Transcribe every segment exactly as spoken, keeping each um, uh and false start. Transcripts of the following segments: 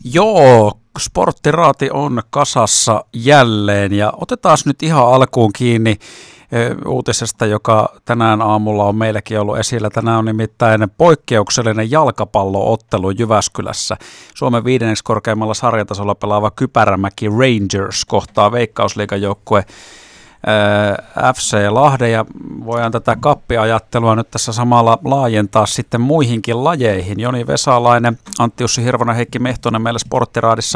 Joo, Sporttiraati on kasassa jälleen ja otetaan nyt ihan alkuun kiinni uutisesta, joka tänään aamulla on meilläkin ollut esillä. Tänään on nimittäin poikkeuksellinen jalkapalloottelu Jyväskylässä. Suomen viidenneksi korkeimmalla sarjatasolla pelaava Kypärämäki Rangers kohtaa Veikkausliigan joukkue F C Lahden, ja voidaan tätä kappiajattelua nyt tässä samalla laajentaa sitten muihinkin lajeihin. Joni Vesalainen, Antti Jussi Hirvonen, Heikki Mehtonen meillä Sporttiraadissa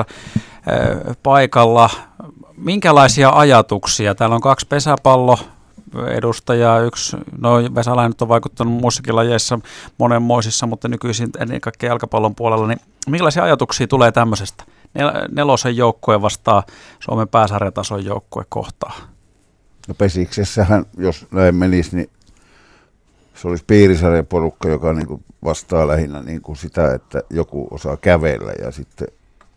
paikalla. Minkälaisia ajatuksia? Täällä on kaksi pesäpallo edustajaa, yksi, no Vesalainen nyt on vaikuttanut muissakin lajeissa monenmoisissa, mutta nykyisin ennen kaikkea jalkapallon puolella, niin millaisia ajatuksia tulee tämmöisestä? Nel- nelosen joukkue vastaa Suomen pääsarjatason joukkue kohtaa. No Pesiksessähän, jos näin menisi, niin se olisi piirisarjaporukka, joka niin kuin vastaa lähinnä niin kuin sitä, että joku osaa kävellä, ja sitten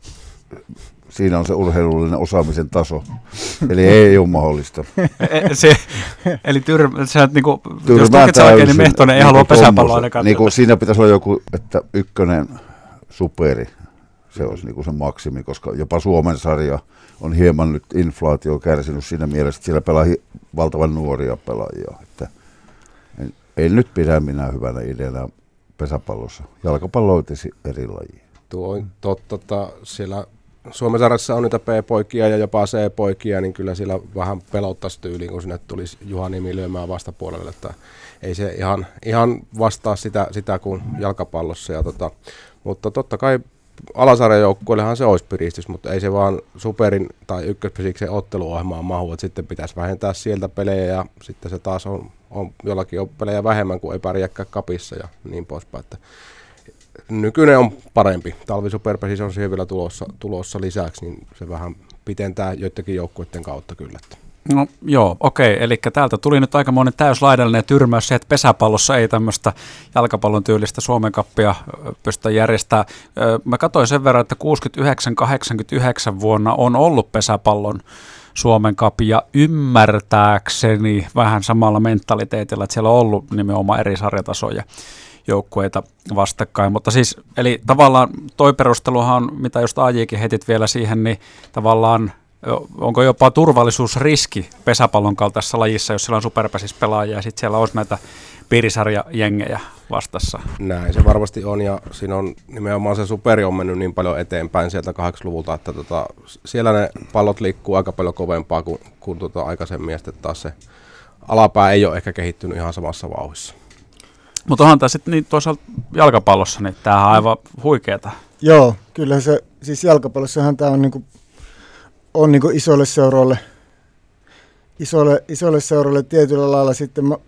siinä on se urheilullinen osaamisen taso. Eli ei ole mahdollista. se, eli tyr, sä, niin kuin, jos tulkitsen oikein, niin Mehtonen ei niin halua pesäpalloa ainakaan. Niin kuin siinä pitäisi olla joku, että ykkönen superi, se olisi niin kuin se maksimi, koska jopa Suomen sarja on hieman nyt inflaatio kärsinyt siinä mielessä, että siellä pelaa hi- valtavan nuoria pelaajia. Että en, ei nyt pidä minä hyvänä ideana pesäpallossa. Jalkapallo on eri laji. Tuo on totta, että siellä Suomen sarjassa on niitä P-poikia ja jopa C-poikia, niin kyllä siellä vähän pelottaisi tyyliin, kun sinne tulisi Juha Nimi lyömään vastapuolelle. Että ei se ihan, ihan vastaa sitä, sitä kuin jalkapallossa. Ja tota, mutta totta kai alasarjajoukkueellehan se olisi piristys, mutta ei se vaan superin tai ykköspisiksen otteluohjelmaan mahu, että sitten pitäisi vähentää sieltä pelejä ja sitten se taas on, on jollakin on pelejä vähemmän kuin ei pärjääkään kapissa ja niin poispäin. Että nykyinen on parempi. Talvisuperpesis on siihen vielä tulossa, tulossa lisäksi, niin se vähän pitentää joidenkin joukkueiden kautta kyllä. No joo, okei. Eli täältä tuli nyt aikamoinen täyslaidallinen tyrmäys se, että pesäpallossa ei tämmöistä jalkapallon tyylistä Suomen kappia pystytä järjestämään. Mä katsoin sen verran, että kuusikymmentäyhdeksän kahdeksankymmentäyhdeksän vuonna on ollut pesäpallon Suomen kapi, ja ymmärtääkseni vähän samalla mentaliteetillä, että siellä on ollut nimenomaan eri sarjatasoja joukkueita vastakkain, mutta siis, eli tavallaan toi perusteluhan, mitä just A J:kin hetit vielä siihen, niin tavallaan onko jopa turvallisuusriski pesäpallon kaltaisessa lajissa, jos siellä on superpäsis pelaajia ja sitten siellä olisi näitä piirisarjajengejä vastassa? Näin se varmasti on, ja siinä on nimenomaan se superi on mennyt niin paljon eteenpäin sieltä kahdeksankymmentäluvulta, että tota, siellä ne pallot liikkuu aika paljon kovempaa kuin, kuin tota aikaisemmin, ja sitten taas se alapää ei ole ehkä kehittynyt ihan samassa vauhdissa. Mutta onhan tämä sitten niin toisaalta jalkapallossa, niin tämähän on aivan huikeeta. Joo, kyllä se, siis jalkapallossahan tämä on niinku on niinku isoille seuroille, isoille, isoille seuroille tietyllä lailla sitten ma-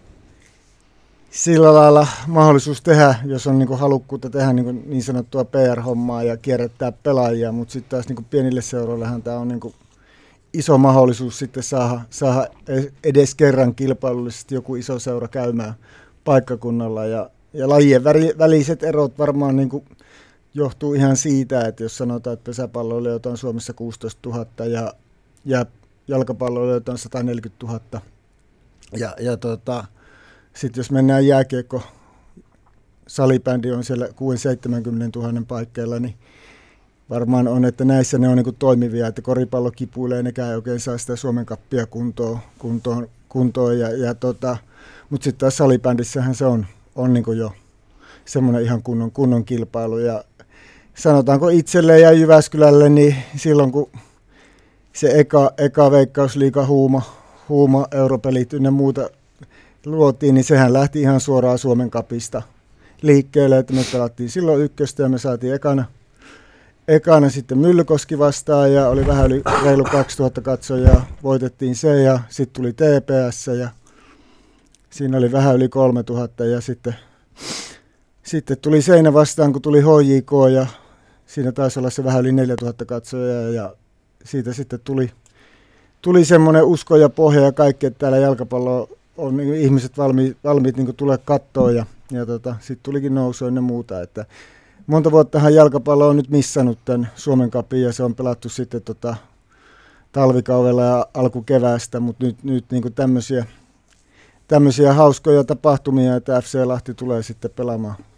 sillä lailla mahdollisuus tehdä, jos on niinku halukkuutta tehdä niinku niin sanottua P R-hommaa ja kierrättää pelaajia, mutta sitten taas niinku pienille seuroillehan tämä on niinku iso mahdollisuus sitten saada, saada edes kerran kilpailullisesti joku iso seura käymään paikkakunnalla, ja, ja lajien väliset erot varmaan niinku johtuu ihan siitä, että jos sanotaan, että pesäpalloilijoita on Suomessa kuusitoistatuhatta ja, ja jalkapalloilijoita on sata neljäkymmentätuhatta. Ja, ja tota, sitten jos mennään jääkiekko, salibändi on siellä kuusikymmentä seitsemänkymmentätuhatta paikkeilla, niin varmaan on, että näissä ne on niin kuin toimivia, että koripallo kipuilee, nekään ei oikein saa sitä Suomen kappia kuntoon, kuntoon, kuntoon ja, ja tota, mutta sitten taas salibändissähän se on, on niin kuin jo semmoinen ihan kunnon, kunnon kilpailu, ja sanotaanko itselle ja Jyväskylälle, niin silloin kun se eka, eka Veikkausliiga huuma, huuma europelit ynnä muuta luotiin, niin sehän lähti ihan suoraan Suomen kapista liikkeelle, että me pelattiin silloin ykköstä ja me saatiin ekana, ekana sitten Myllykoski vastaan ja oli vähän yli reilu kaksituhatta katsojaa, voitettiin se ja sitten tuli T P S ja siinä oli vähän yli kolmetuhatta ja sitten Sitten tuli Seinä vastaan, kun tuli H J K ja siinä taisi olla se vähän yli neljätuhatta katsojaa ja siitä sitten tuli, tuli semmoinen usko ja pohja ja kaikki, että täällä jalkapallo on niin ihmiset valmiit, valmiit niin tulee kattoon ja, ja tota, sitten tulikin nousua ja muuta. Että monta vuottahan jalkapallo on nyt missannut tämän Suomen cupin ja se on pelattu sitten tota, talvikaudella ja alkukeväästä, mutta nyt, nyt niin tämmöisiä tämmöisiä hauskoja tapahtumia, että F C Lahti tulee sitten pelaamaan,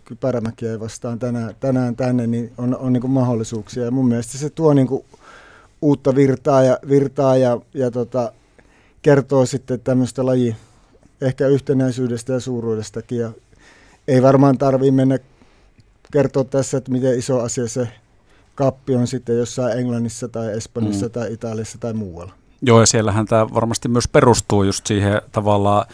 Kypärämäkiä vastaan tänään, tänään tänne, niin on, on niin kuin mahdollisuuksia. Ja mun mielestä se tuo niin kuin uutta virtaa ja, virtaa ja, ja tota, kertoo sitten tämmöistä laji ehkä yhtenäisyydestä ja suuruudestakin. Ja ei varmaan tarvitse mennä kertoa tässä, että miten iso asia se kappi on sitten jossain Englannissa tai Espanjassa mm. tai Italiassa tai muualla. Joo, ja siellähän tämä varmasti myös perustuu just siihen tavallaan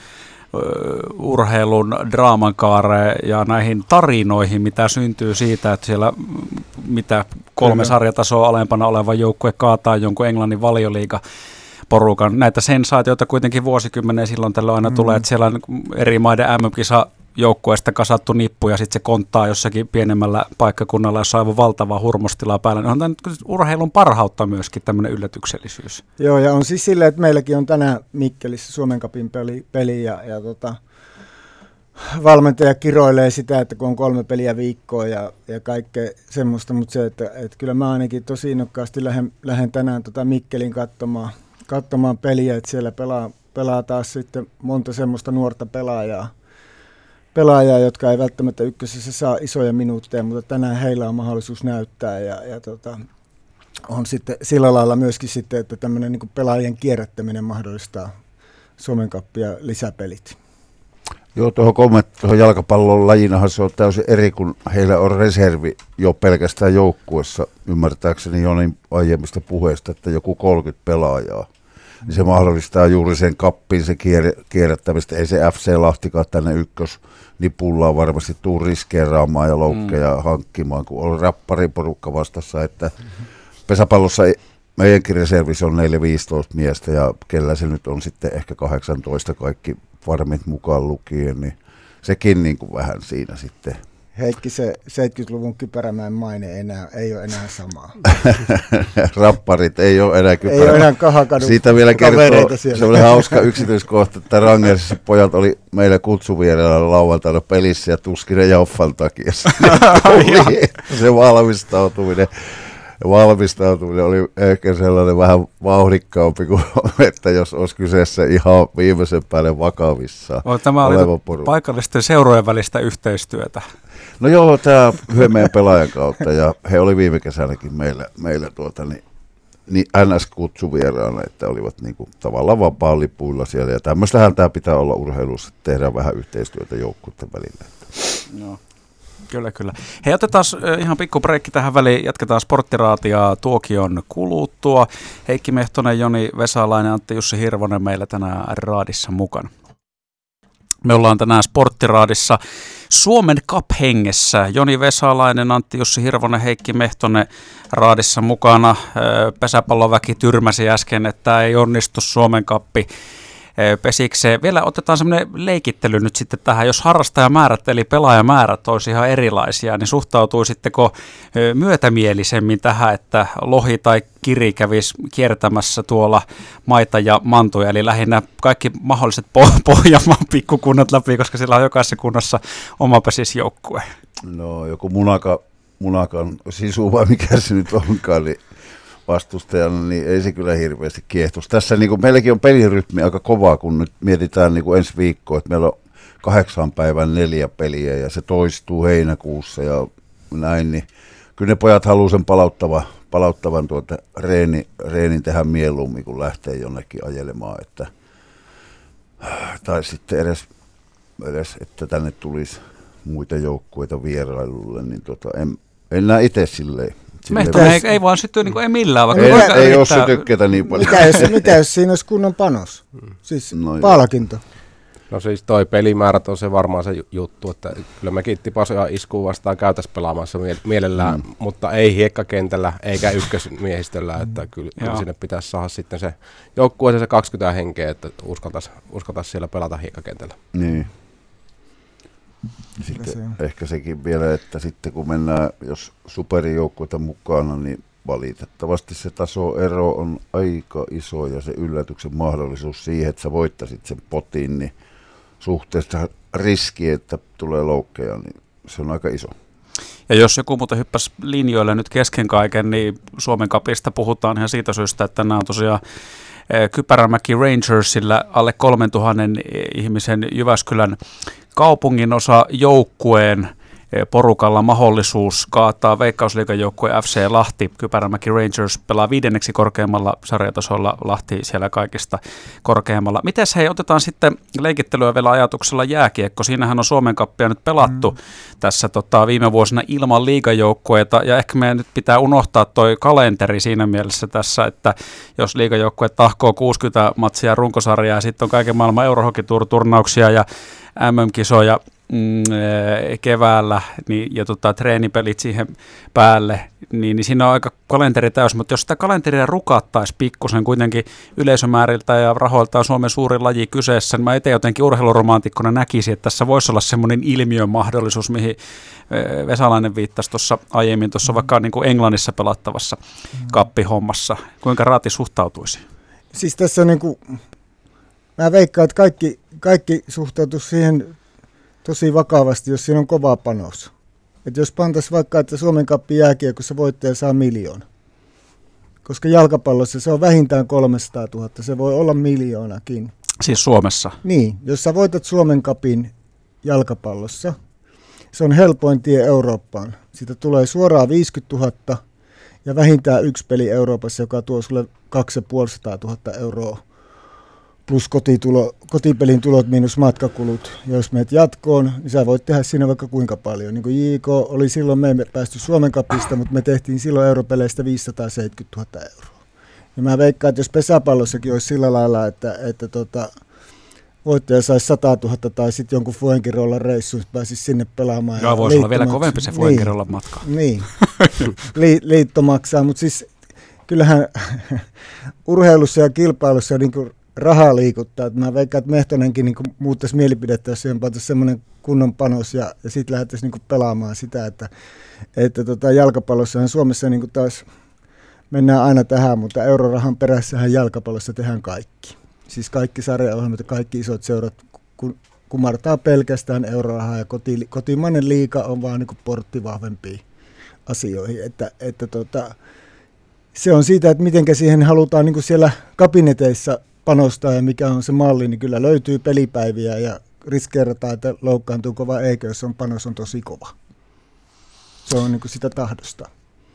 urheilun draaman kaareen ja näihin tarinoihin, mitä syntyy siitä, että siellä mitä kolme sarjatasoa alempana oleva joukkue kaataa jonkun Englannin valioliiga porukan. Näitä sensaatioita kuitenkin vuosikymmenen silloin tällöin aina mm. tulee, että siellä on eri maiden M M-kisa joukkueesta kasattu nippu ja sitten se konttaa jossakin pienemmällä paikkakunnalla, jossa on aivan valtavaa hurmostilaa päällä. On tämä urheilun parhautta myöskin tämmöinen yllätyksellisyys. Joo, ja on siis silleen, että meilläkin on tänään Mikkelissä Suomen Cupin peli, peli ja, ja tota, valmentaja kiroilee sitä, että kun on kolme peliä viikkoa ja, ja kaikkea semmoista, mutta se, että, että kyllä mä ainakin tosi innokkaasti lähden, lähden tänään tota Mikkelin katsomaan, katsomaan peliä, että siellä pelaa, pelaa taas sitten monta semmoista nuorta pelaajaa, pelaajaa, jotka ei välttämättä ykkösessä saa isoja minuutteja, mutta tänään heillä on mahdollisuus näyttää ja, ja tota, on sitten sillä lailla myöskin sitten, että tämmöinen niin kuin pelaajien kierrättäminen mahdollistaa Suomen Cupin ja lisäpelit. Joo, tuohon kommentti, tuohon jalkapallon lajinahan se on täysin eri, kun heillä on reservi jo pelkästään joukkuessa, ymmärtääkseni Jonin aiemmista puheista, että joku kolmekymmentä pelaajaa. Niin se mahdollistaa juuri sen kappiin se kier- kierrättämistä. Ei se F C Lahtikaan tänne ykkösnipullaan varmasti tuu riskeeraamaan ja loukkeja mm. hankkimaan, kun on räppariporukka vastassa. Että pesäpallossa meidänkin reservissä on neljä viisitoista miestä ja kellä se nyt on sitten ehkä kahdeksantoista kaikki varmit mukaan lukien, niin sekin niin kuin vähän siinä sitten. Heikki, se seitsemänkymmentäluvun Kypärämäen maine enää, ei ole enää samaa. Rapparit ei ole enää Kypärämäen. Ei ole enää Kahakadun. Siitä vielä kertoo, se oli hauska yksityiskohta, että Rangersissa pojat oli meillä kutsuvierailla lauantaina pelissä ja tuskin Jaffan takia. Se valmistautuminen. Valmistautuminen oli ehkä sellainen vähän vauhdikkaampi kuin, että jos olisi kyseessä ihan viimeisen päälle vakavissa. Tämä oli paikallisten seurojen välistä yhteistyötä. No joo, tämä yhden meidän pelaajan kautta, ja he oli viime kesänäkin meillä, meillä tuota, niin, niin N S-kutsuvieraana, että olivat niin kuin tavallaan vapaa-lipuilla siellä, ja tämmöistähän tämä pitää olla urheilussa, että tehdään vähän yhteistyötä joukkueiden välillä. Joo. Kyllä, kyllä. Hei, otetaan ihan pikku breikki tähän väliin. Jatketaan Sporttiraatia tuokion kuluttua. Heikki Mehtonen, Joni Vesalainen, Antti Jussi Hirvonen meillä tänään raadissa mukana. Me ollaan tänään Sporttiraadissa Suomen Cup-hengessä. Joni Vesalainen, Antti Jussi Hirvonen, Heikki Mehtonen raadissa mukana. Pesäpalloväki tyrmäsi äsken, että ei onnistu Suomen Cuppi pesikseen. Vielä otetaan semmoinen leikittely nyt sitten tähän, jos harrastajamäärät eli pelaajamäärät olisi ihan erilaisia, niin suhtautuisitteko myötämielisemmin tähän, että lohi tai kiri kävisi kiertämässä tuolla maita ja mantuja, eli lähinnä kaikki mahdolliset po- Pohjanmaan pikkukunnat läpi, koska sillä on jokaisessa kunnassa oma pesisjoukkue. No joku munaka, munakan sisu vai mikä se nyt onkaan, niin vastustajana, niin ei se kyllä hirveästi kiehtos. Tässä niin kuin, meilläkin on pelirytmi aika kovaa, kun nyt mietitään niin kuin ensi viikkoa, että meillä on kahdeksan päivän neljä peliä ja se toistuu heinäkuussa ja näin, niin kyllä ne pojat haluaa sen palauttava, palauttavan tuota reeni, reenin tehdä mieluummin, kun lähtee jonnekin ajelemaan, että, tai sitten edes, edes, että tänne tulisi muita joukkueita vierailulle, niin tota, en, en näe itse silleen. Mehtonen ei, ei vaan syttyy niin kuin ei millään. Vaikka ei vaikka ei ole sytykkeitä niin paljon. Mitä jos, mitä jos siinä olisi kunnon panos? Siis no palkinto. No siis toi pelimäärät on se varmaan se juttu, että kyllä mekin tipasoja iskuun vastaan käytäisiin pelaamassa mielellään, mm. mutta ei hiekkakentällä eikä ykkösmiehistöllä, että kyllä, kyllä sinne pitäisi saada sitten se joukkueeseen se kaksikymmentä henkeä, että uskaltaisiin uskaltaisi siellä pelata hiekkakentällä. Niin. Sitten se ehkä sekin vielä, että sitten kun mennään, jos superijoukkueita mukana, niin valitettavasti se tasoero on aika iso ja se yllätyksen mahdollisuus siihen, että sä voittaisit sen potin, niin suhteessa riski, että tulee loukkeja, niin se on aika iso. Ja jos joku muuten hyppäsi linjoille nyt kesken kaiken, niin Suomen Cupista puhutaan ihan siitä syystä, että nämä on tosiaan Kypärämäki Rangersillä alle kolmentuhannen ihmisen Jyväskylän kaupungin osa joukkueen porukalla mahdollisuus kaataa Veikkausliigan joukkue F C Lahti. Kypärämäki Rangers pelaa viidenneksi korkeammalla sarjatasolla, Lahti siellä kaikista korkeammalla. Mites hei, otetaan sitten leikittelyä vielä ajatuksella jääkiekko. Siinähän on Suomen kappia nyt pelattu mm. tässä tota, viime vuosina ilman liigajoukkueita, ja ehkä meidän nyt pitää unohtaa toi kalenteri siinä mielessä tässä, että jos liigajoukkue tahkoo kuusikymmentä matsia runkosarjaa ja sitten on kaiken maailman Eurohockey-turnauksia ja M M-kisoja mm, keväällä niin, ja tota, treenipelit siihen päälle, niin, niin siinä on aika kalenteri täys, mutta jos sitä kalenteria rukattaisi pikkusen kuitenkin yleisömääriltä ja rahoilta on Suomen suurin laji kyseessä, niin mä itse jotenkin urheiluromantikkona näkisin, että tässä voisi olla semmoinen ilmiön mahdollisuus, mihin Vesalainen viittasi tuossa aiemmin, tuossa vaikka niin kuin Englannissa pelattavassa kappihommassa. Kuinka Raati suhtautuisi? Siis tässä on niin kuin, mä veikkaan, että kaikki, kaikki suhtautuisi siihen tosi vakavasti, jos siinä on kova panos. Että jos pantaisiin vaikka, että Suomen kappi jääkiekossa voittaja saa miljoona. Koska jalkapallossa se on vähintään kolmesataatuhatta, se voi olla miljoonakin. Siis Suomessa? Niin, jos sä voitat Suomen kapin jalkapallossa, se on helpoin tie Eurooppaan. Siitä tulee suoraan viisikymmentätuhatta ja vähintään yksi peli Euroopassa, joka tuo sulle kaksisataaviisikymmentätuhatta euroa. Plus kotitulo, kotipelin tulot miinus matkakulut. Ja jos menet jatkoon, niin sä voit tehdä siinä vaikka kuinka paljon. Niin kuin J K oli silloin, me emme päästy Suomen kapista, mutta me tehtiin silloin europeleistä viisisataaseitsemänkymmentätuhatta euroa. Ja mä veikkaan, että jos pesäpallossakin olisi sillä lailla, että, että tota, voittaja saisi satatuhatta tai sitten jonkun Fuengirolan reissuun, pääsisi sinne pelaamaan. Joo, voisi olla vielä kovempi se Fuengirolan niin, matka. Niin, Li, liitto maksaa, mutta siis kyllähän urheilussa ja kilpailussa niin kuin rahaa liikuttaa. Että mä veikkaan, että Mehtonenkin niin kuin muuttaisi mielipidettä, jos siihen pantaisi semmoinen kunnon panos ja, ja sitten lähdettäisiin niin kuin pelaamaan sitä, että, että tota, jalkapallossahan Suomessa niin kuin taas mennään aina tähän, mutta eurorahan perässähän jalkapallossa tehdään kaikki. Siis kaikki sarjaohjelmat ja kaikki isot seurat kumartaa pelkästään eurorahaa ja koti, kotimainen liiga on vaan niin kuin portti vahvempiin asioihin. Että, että tota, se on siitä, että miten siihen halutaan niin kuin siellä kabineteissa panostaa ja mikä on se malli, niin kyllä löytyy pelipäiviä ja riskeerataan, että loukkaantuuko vai eikö, jos on panos on tosi kova. Se on niin kuin sitä tahdosta.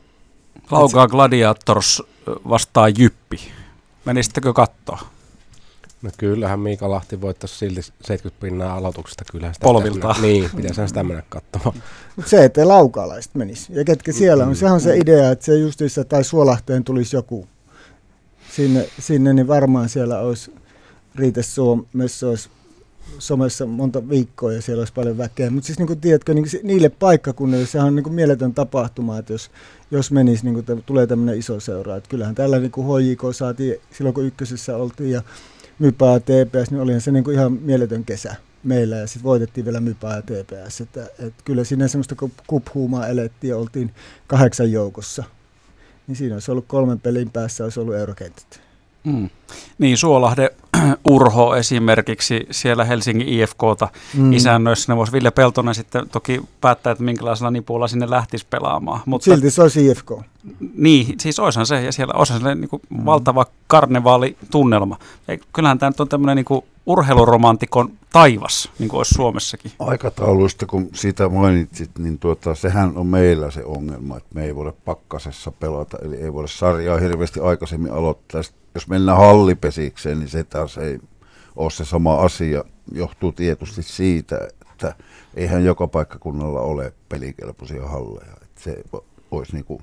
Laukaa Gladiators vastaa Jyppi. Menisittekö katsoa? No kyllähän Miika Lahti voittaisi silti seitsemänkymmentä pinnaa aloituksesta. Kyllähän sitä polviltaan. Niin, pitäisi sitä mennä katsomaan. Mutta se, ettei laukaalaiset menisi. Ja ketkä siellä on, sehän on se idea, että se justiinsa tai Suolahteen tulisi joku sinne, sinne niin varmaan siellä olisi Riites Suomessa olisi somessa monta viikkoa ja siellä olisi paljon väkeä. Mutta siis niin kuin tiedätkö, niin niille paikkakunnille sehän on niin kuin mieletön tapahtuma, että jos, jos menisi, niin kuin tulee tämmöinen iso seura. Että kyllähän tällä niin kuin H J K saatiin silloin, kun ykkösessä oltiin ja Mypää T P S, niin olihan se niin kuin ihan mieletön kesä meillä ja sitten voitettiin vielä Mypää ja T P S. Että, että kyllä siinä semmoista kuphuumaa elettiin ja oltiin kahdeksan joukossa. Niin siinä olisi ollut kolmen pelin päässä, olisi ollut eurokentät. Mm. Niin, Suolahden Urho esimerkiksi siellä Helsingin I F K:ta mm. isännöissä, ne voisi Ville Peltonen sitten toki päättää, että minkälaisella nipulla sinne lähtisi pelaamaan. Mutta silti se olisi I F K. Niin, siis olisihan se, ja siellä olisihan se niin kuin mm. valtava karnevaalitunnelma. Ja kyllähän tämä nyt on tämmöinen niin kuin urheiluromantikon taivas, niin kuin olisi Suomessakin. Aikatauluista, kun siitä mainitsit, niin tuota, sehän on meillä se ongelma, että me ei voida pakkasessa pelata, eli ei voida sarjaa hirveästi aikaisemmin aloittaa. Jos mennään hallipesikseen, niin se taas ei ole se sama asia. Johtuu tietysti siitä, että eihän joka paikkakunnalla ole pelikelpoisia halleja. Että se olisi niinku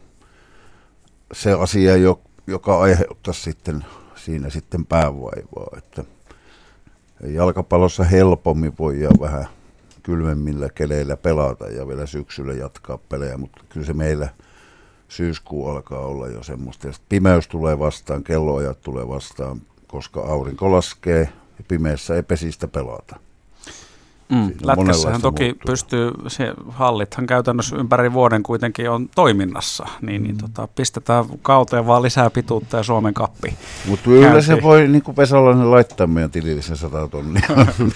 se asia, joka aiheuttaisi sitten siinä sitten päävaivaa. Että jalkapallossa helpommin voidaan vähän kylmemmillä keleillä pelata ja vielä syksyllä jatkaa pelejä, mutta kyllä se meillä syyskuu alkaa olla jo semmoista. Ja pimeys tulee vastaan, kelloajat tulee vastaan, koska aurinko laskee ja pimeässä ei pesistä pelata. Mm, lätkässähän toki muuttua. Pystyy, se, hallithan käytännössä ympäri vuoden kuitenkin on toiminnassa, niin, mm. niin tota, pistetään kauteen vaan lisää pituutta ja Suomen kappi. Mutta kyllä se voi niin kuin Vesalainen laittaa meidän tilille sen sata tonnia.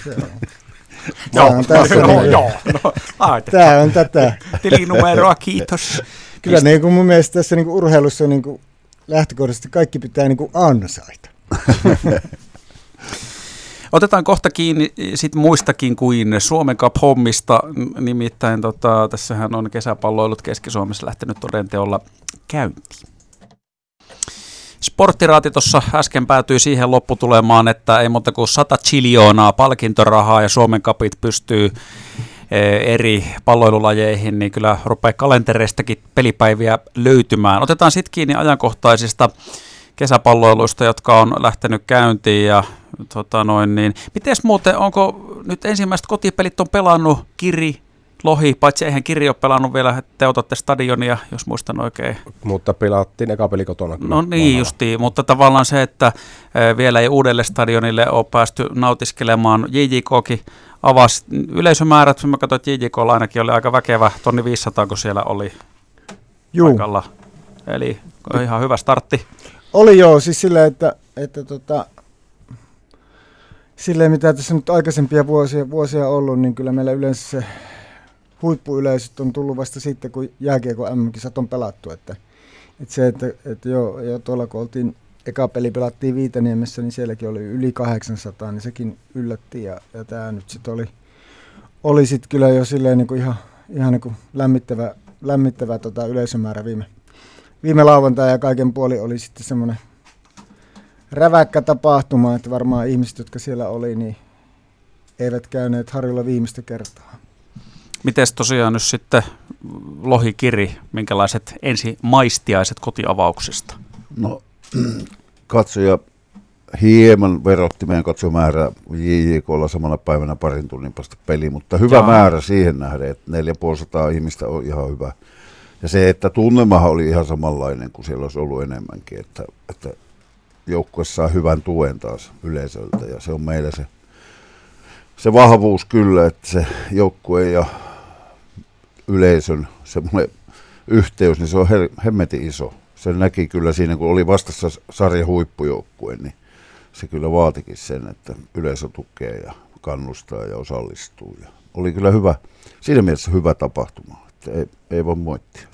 Joo, joo, joo. Tämä on tätä. Tilinumeroa, kiitos. Kyllä niin kuin mun mielestä tässä niin kuin urheilussa niin kuin lähtökohtaisesti kaikki pitää niin kuin ansaita. Otetaan kohta kiinni sit muistakin kuin Suomen Cup-hommista, nimittäin tota, tässähän on kesäpalloilut Keski-Suomessa lähtenyt todenteolla käyntiin. Sporttiraati tuossa äsken päätyi siihen lopputulemaan, että ei muuta kuin sata chiljoonaa palkintorahaa ja Suomen Cupit pystyy eri palloilulajeihin, niin kyllä rupeaa kalentereistakin pelipäiviä löytymään. Otetaan sitten kiinni ajankohtaisista kesäpalloiluista, jotka on lähtenyt käyntiin. Ja, tota noin, niin, mites muuten, onko nyt ensimmäiset kotipelit on pelannut Kiri, Lohi, paitsi eihän Kiri ole pelannut vielä, että te otatte stadionia, jos muistan oikein. Mutta pelattiin eka peli kotona. No niin justiin, mutta tavallaan se, että vielä ei uudelle stadionille ole päästy nautiskelemaan. J J K:kin avasi yleisömäärät, mä katsoin, että J J K:lla ainakin oli aika väkevä, tonni viisisataa, kun siellä oli Juu. paikalla. Eli ihan hyvä startti. Oli joo, siis silleen, että, että tota, silleen mitä tässä nyt aikaisempia vuosia, vuosia ollut, niin kyllä meillä yleensä se huippuyleisöt on tullut vasta sitten, kun jääkiekon M M-kisat on pelattu. Että, että se, että, että joo, joo, tuolla kun oltiin, eka peli pelattiin Viitaniemessä, niin sielläkin oli yli kahdeksansataa, niin sekin yllätti. Ja, ja tämä nyt sitten oli, oli sit kyllä jo silleen niin kuin ihan, ihan niin kuin lämmittävä, lämmittävä tota yleisömäärä viime, viime lauantai ja kaiken puoli oli sitten semmoinen räväkkä tapahtuma, että varmaan ihmiset, jotka siellä oli, niin eivät käyneet Harjulla viimeistä kertaa. Mites tosiaan nyt sitten Lohi-Kiri, minkälaiset ensi maistiaiset kotiavauksista? No katsoja hieman verotti meidän katsomäärää J J K:lla samana päivänä parin tunnin päästä peli, mutta hyvä Jaa. määrä siihen nähden, että neljäsataaviisikymmentä ihmistä on ihan hyvä. Ja se, että tunnelmahan oli ihan samanlainen kuin siellä olisi ollut enemmänkin, että, että joukkue saa hyvän tuen taas yleisöltä ja se on meillä se, se vahvuus kyllä, että se joukkue ja yleisön semmoinen yhteys, niin se on hemmetin iso. Se näki kyllä siinä, kun oli vastassa sarjan huippujoukkue, niin se kyllä vaatikin sen, että yleisö tukee ja kannustaa ja osallistuu. Ja oli kyllä hyvä, siinä mielessä hyvä tapahtuma, että ei, ei voi moittia.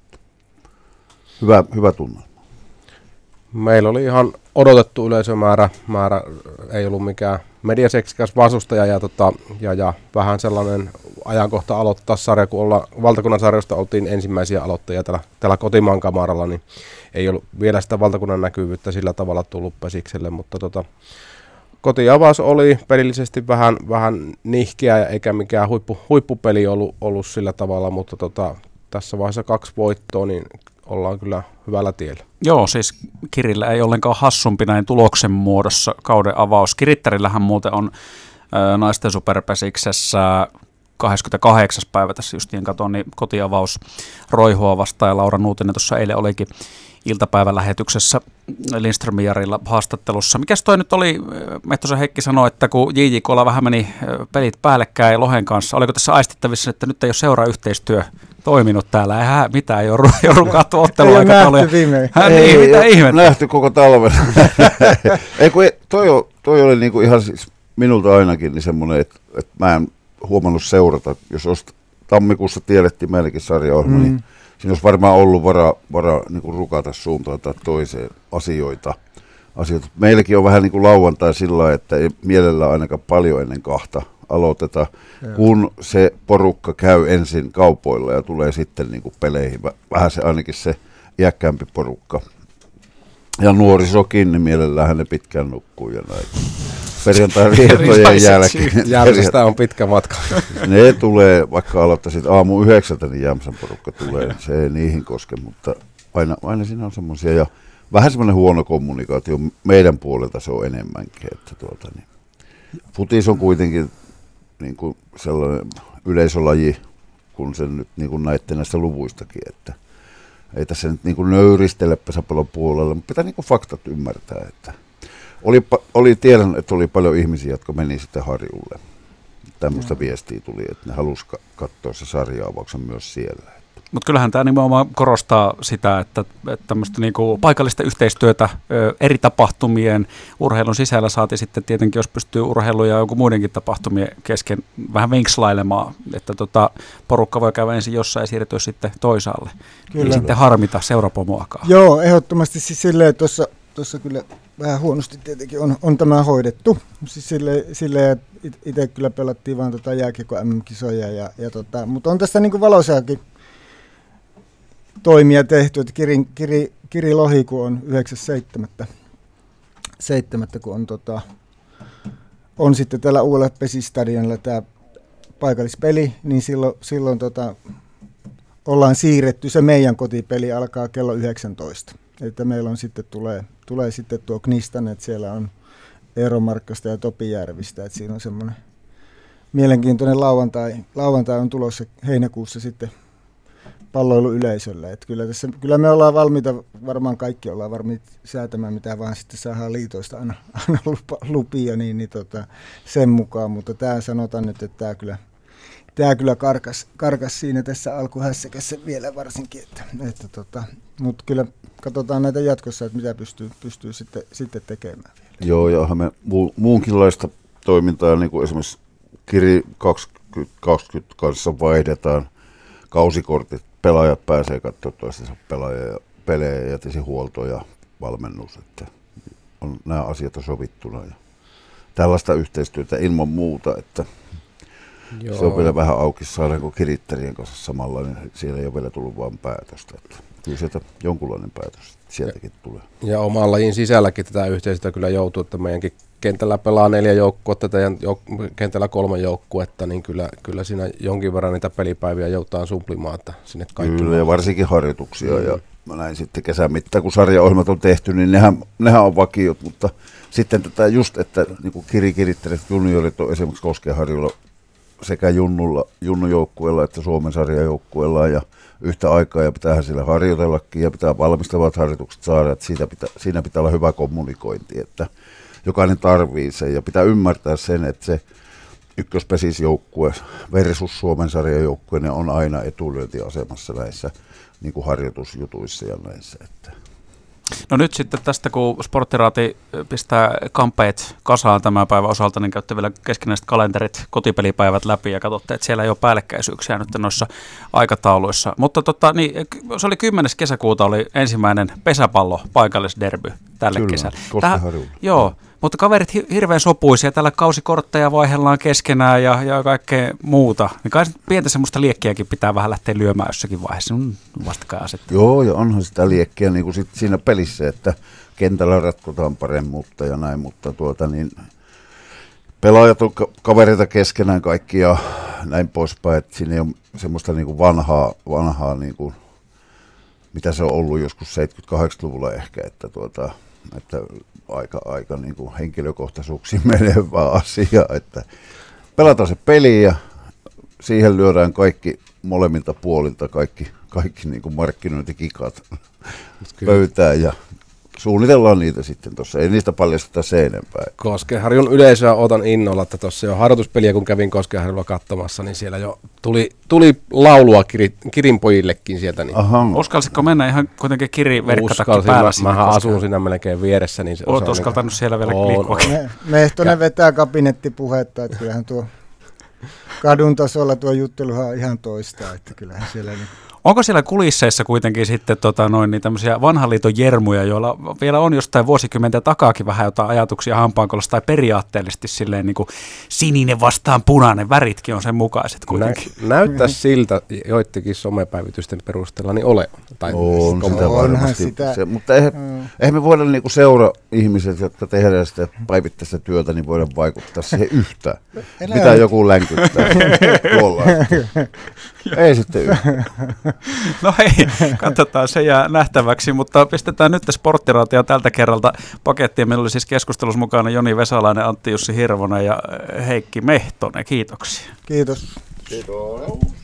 Hyvä, hyvä tunnelma. Meillä oli ihan odotettu yleisömäärä, määrä ei ollut mikään mediaseksikäs vastustaja ja, tota, ja, ja vähän sellainen ajankohta aloittaa sarja, kun olla, valtakunnan sarjoista oltiin ensimmäisiä aloittajia täällä, täällä kotimaan kamaralla, niin ei ollut vielä sitä valtakunnan näkyvyyttä sillä tavalla tullut Pesikselle, mutta tota, kotiavaus oli pelillisesti vähän, vähän nihkeä eikä mikään huippu, huippupeli ollut, ollut sillä tavalla, mutta tota, tässä vaiheessa kaksi voittoa, niin ollaan kyllä hyvällä tiellä. Joo, siis Kirillä ei ollenkaan hassumpi näin tuloksen muodossa kauden avaus. Kirittärillähän muuten on ä, naisten superpesiksessä kahdeskymmeneskahdeksas päivä tässä justiin katon, niin kotiavaus Roihua vastaan ja Laura Nuutinen tuossa eilen olikin iltapäivän lähetyksessä Lindströmin Jarilla haastattelussa. Mikäs toi nyt oli, Mehtosen Heikki sanoi, että kun J J K:lla vähän meni pelit päällekkäin Lohen kanssa, oliko tässä aistittavissa, että nyt ei ole seurayhteistyö toiminut täällä, eihän mitään, ei ole, ei ole kattu otteluaikatauluja. Ei ole nähty viimein. Ei, niin, mitä ei ihmettä? Nähty koko talven. ei, kun ei, toi, toi oli niinku ihan siis minulta ainakin niin semmoinen, että, että mä en huomannut seurata. Jos olisi tammikuussa tiedettiin meillekin sarjaohjelma, mm. niin siinä olisi varmaan ollut varaa, varaa niinku rukata suuntaan tai toiseen asioita. asioita. Meilläkin on vähän niin kuin lauantai sillä lailla, että ei mielellään ainakaan paljon ennen kahta aloiteta, Joo. kun se porukka käy ensin kaupoilla ja tulee sitten niin kuin peleihin. Vähän se ainakin se iäkkäämpi porukka. Ja nuorisokin, niin mielellään ne pitkään nukkuu ja näin. Perjantai-rietojen jälkeen. Jämsästä on pitkä matka. Ne tulee, vaikka aloittaisit aamu yhdeksältä, niin Jämsän porukka tulee. Se ei niihin koske, mutta aina, aina siinä on semmoisia. Ja vähän semmoinen huono kommunikaatio. Meidän puolelta se on enemmänkin. Että tuota, niin. Futis on kuitenkin niin kuin sellainen yleisölaji, kun sen nyt niin kuin näitte näistä luvuistakin, että ei tässä nyt niin kuin nöyristele pesäpallon puolella, mutta pitää niin kuin faktat ymmärtää, että oli, oli, tiedän, että oli paljon ihmisiä, jotka meni sitten Harjulle. Tämmöistä viestiä tuli, että ne halusi katsoa se sarja-avauksen myös siellä. Mutta kyllähän tämä nimenomaan korostaa sitä, että, että tämmöistä niinku paikallista yhteistyötä ö, eri tapahtumien urheilun sisällä saati sitten tietenkin, jos pystyy urheilu ja joku muidenkin tapahtumien kesken vähän vinkslailemaan, että tota, porukka voi käydä ensin jossain ja siirtyä sitten toisaalle. Kyllä. Ei sitten harmita seurapomoakaan. Joo, ehdottomasti siis silleen, tuossa tuossa kyllä vähän huonosti tietenkin on, on tämä hoidettu. Siis sille, sille itse kyllä pelattiin vaan tota jääkiekko M M-kisoja, ja, ja tota, mutta on tässä niinku valoisiakin toimia tehty, että Kiri, Kiri, Kiri Lohi, kun on yhdeksäs seitsemättä seitsemättä kun on, tota, on sitten tällä uudella Pesistadionilla tämä paikallispeli, niin silloin, silloin tota, ollaan siirretty, se meidän kotipeli alkaa kello yhdeksäntoista. Että meillä on sitten, tulee, tulee sitten tuo Knistan, että siellä on Eero Markkasta ja Topi Järvistä, että siinä on semmoinen mielenkiintoinen lauantai. Lauantai on tulossa heinäkuussa sitten palloiluyleisölle. Että kyllä, tässä, kyllä me ollaan valmiita, varmaan kaikki ollaan valmiita säätämään, mitä vaan sitten saadaan liitoista aina, aina lupa, lupia, niin, niin tota, sen mukaan. Mutta tämä sanotaan nyt, että tämä kyllä, tämä kyllä karkas, karkas siinä tässä alkuhässäkässä vielä varsinkin. Että, että tota, mutta kyllä katsotaan näitä jatkossa, että mitä pystyy, pystyy sitten, sitten tekemään vielä. Joo, ja onhan me mu- muunkinlaista toimintaa, niin kuin esimerkiksi Kiri kaksituhattakaksikymmentä kanssa vaihdetaan kausikortit. Pelaajat pääsee katsomaan toistensa pelaajia ja pelejä ja tietysti huolto ja valmennus. Että on, nämä asiat on sovittuna ja tällaista yhteistyötä ilman muuta, että joo. Se on vielä vähän auki saadaanko Kiritterien kanssa samalla, niin siellä ei ole vielä tullut vaan päätöstä. Että kyllä sieltä jonkunlainen päätös sieltäkin tulee. Ja oman lajin sisälläkin tätä yhteistyötä kyllä joutuu, että meidänkin kentällä pelaa neljä joukkuetta, teidän jouk- kentällä kolme joukkuetta, niin kyllä, kyllä siinä jonkin verran niitä pelipäiviä joutaa suplimaan, että sinne kaikki. Kyllä, ja varsinkin harjoituksia. Mm. Ja mä näin sitten kesän mittaan, kun sarjaohjelmat on tehty, niin nehän, nehän on vakiot, mutta sitten tätä just, että niin kuin Kiri Kiritterit juniorit on esimerkiksi Koskenharjulla sekä junnulla, junnujoukkueella että Suomen sarjajoukkueella ja yhtä aikaa, ja pitäähän sillä harjoitellakin ja pitää valmistavat harjoitukset saada, että siitä pitää, siinä pitää olla hyvä kommunikointi, että jokainen tarvii sen ja pitää ymmärtää sen, että se ykköspesisjoukkue versus Suomen sarjajoukkue ne on aina etulyöntiasemassa näissä niin kuin harjoitusjutuissa ja näissä. Että. No nyt sitten tästä, kun Sporttiraati pistää kampeet kasaan tämän päivän osalta, niin käytte vielä keskinäiset kalenterit, kotipelipäivät läpi ja katsotte, että siellä ei ole päällekkäisyyksiä nyt noissa aikatauluissa. Mutta tota, niin, se oli kymmenes kesäkuuta oli ensimmäinen pesäpallo paikallisderby tälle Kyllä, kesällä. Koskenharjulla. Joo, mutta kaverit hi- hirveän sopuisia, täällä kausikortteja vaihdellaan keskenään ja, ja kaikkea muuta. Niin kai pientä semmoista liekkiäkin pitää vähän lähteä lyömään jossakin vaiheessa, mm, vastakkainasettelu. Joo, ja onhan sitä liekkiä niin kuin sit siinä pelissä, että kentällä ratkotaan paremmuutta ja näin, mutta tuota niin, pelaajat on ka- kavereita keskenään kaikki ja näin poispäin, että siinä ei ole semmoista niin kuin vanhaa, vanhaa niin kuin, mitä se on ollut joskus seitsemänkymmentä-kahdeksankymmentäluvulla ehkä, että tuota, että aika, aika niin kuin henkilökohtaisuuksiin menevä asia, että pelataan se peli ja siihen lyödään kaikki molemmilta puolilta, kaikki, kaikki niin kuin markkinointikikat pöytään ja suunnitellaan niitä sitten tuossa, ei niistä paljasteta se enempää. Koskenharjun yleisöä otan innolla, että tuossa jo harjoituspeliä kun kävin Koskenharjulla katsomassa, niin siellä jo tuli, tuli laulua kiri, Kirin pojillekin sieltä. Niin uskalsitko mennä ihan kuitenkin Kiri verkkatakki päällä? Mähän asun siinä melkein vieressä. Niin se olet uskaltanut niin siellä vielä liikkuakin. Me, Mehtonen vetää kabinettipuhetta, että kyllähän tuo kadun tasolla tuo jutteluhan on ihan toista, että kyllähän siellä niin. Onko siellä kulisseissa kuitenkin sitten tota, noin, niin tämmöisiä vanhan liiton jermuja, joilla vielä on jostain vuosikymmenten takaakin vähän jotain ajatuksia hampaankolosta tai periaatteellisesti silleen niin kuin sininen vastaan punainen, väritkin on sen mukaiset kuitenkin. Nä, näyttäisi siltä joittekin somepäivitysten perusteella niin ole. Tai on sitä varmasti, sitä. Se, mutta eihän, mm. eihän me voida niinku seura-ihmiset, jotka tehdään sitä päivittäistä työtä, niin voida vaikuttaa siihen yhtään. Elä mitä joku länkyttää. Ei sitten yhtään. No hei, katsotaan, se jää nähtäväksi, mutta pistetään nyt Sporttiraatia tältä kerralta pakettiin. Meillä oli siis keskustelussa mukana Joni Vesalainen, Antti Jussi Hirvonen ja Heikki Mehtonen. Kiitoksia. Kiitos. Kiitos.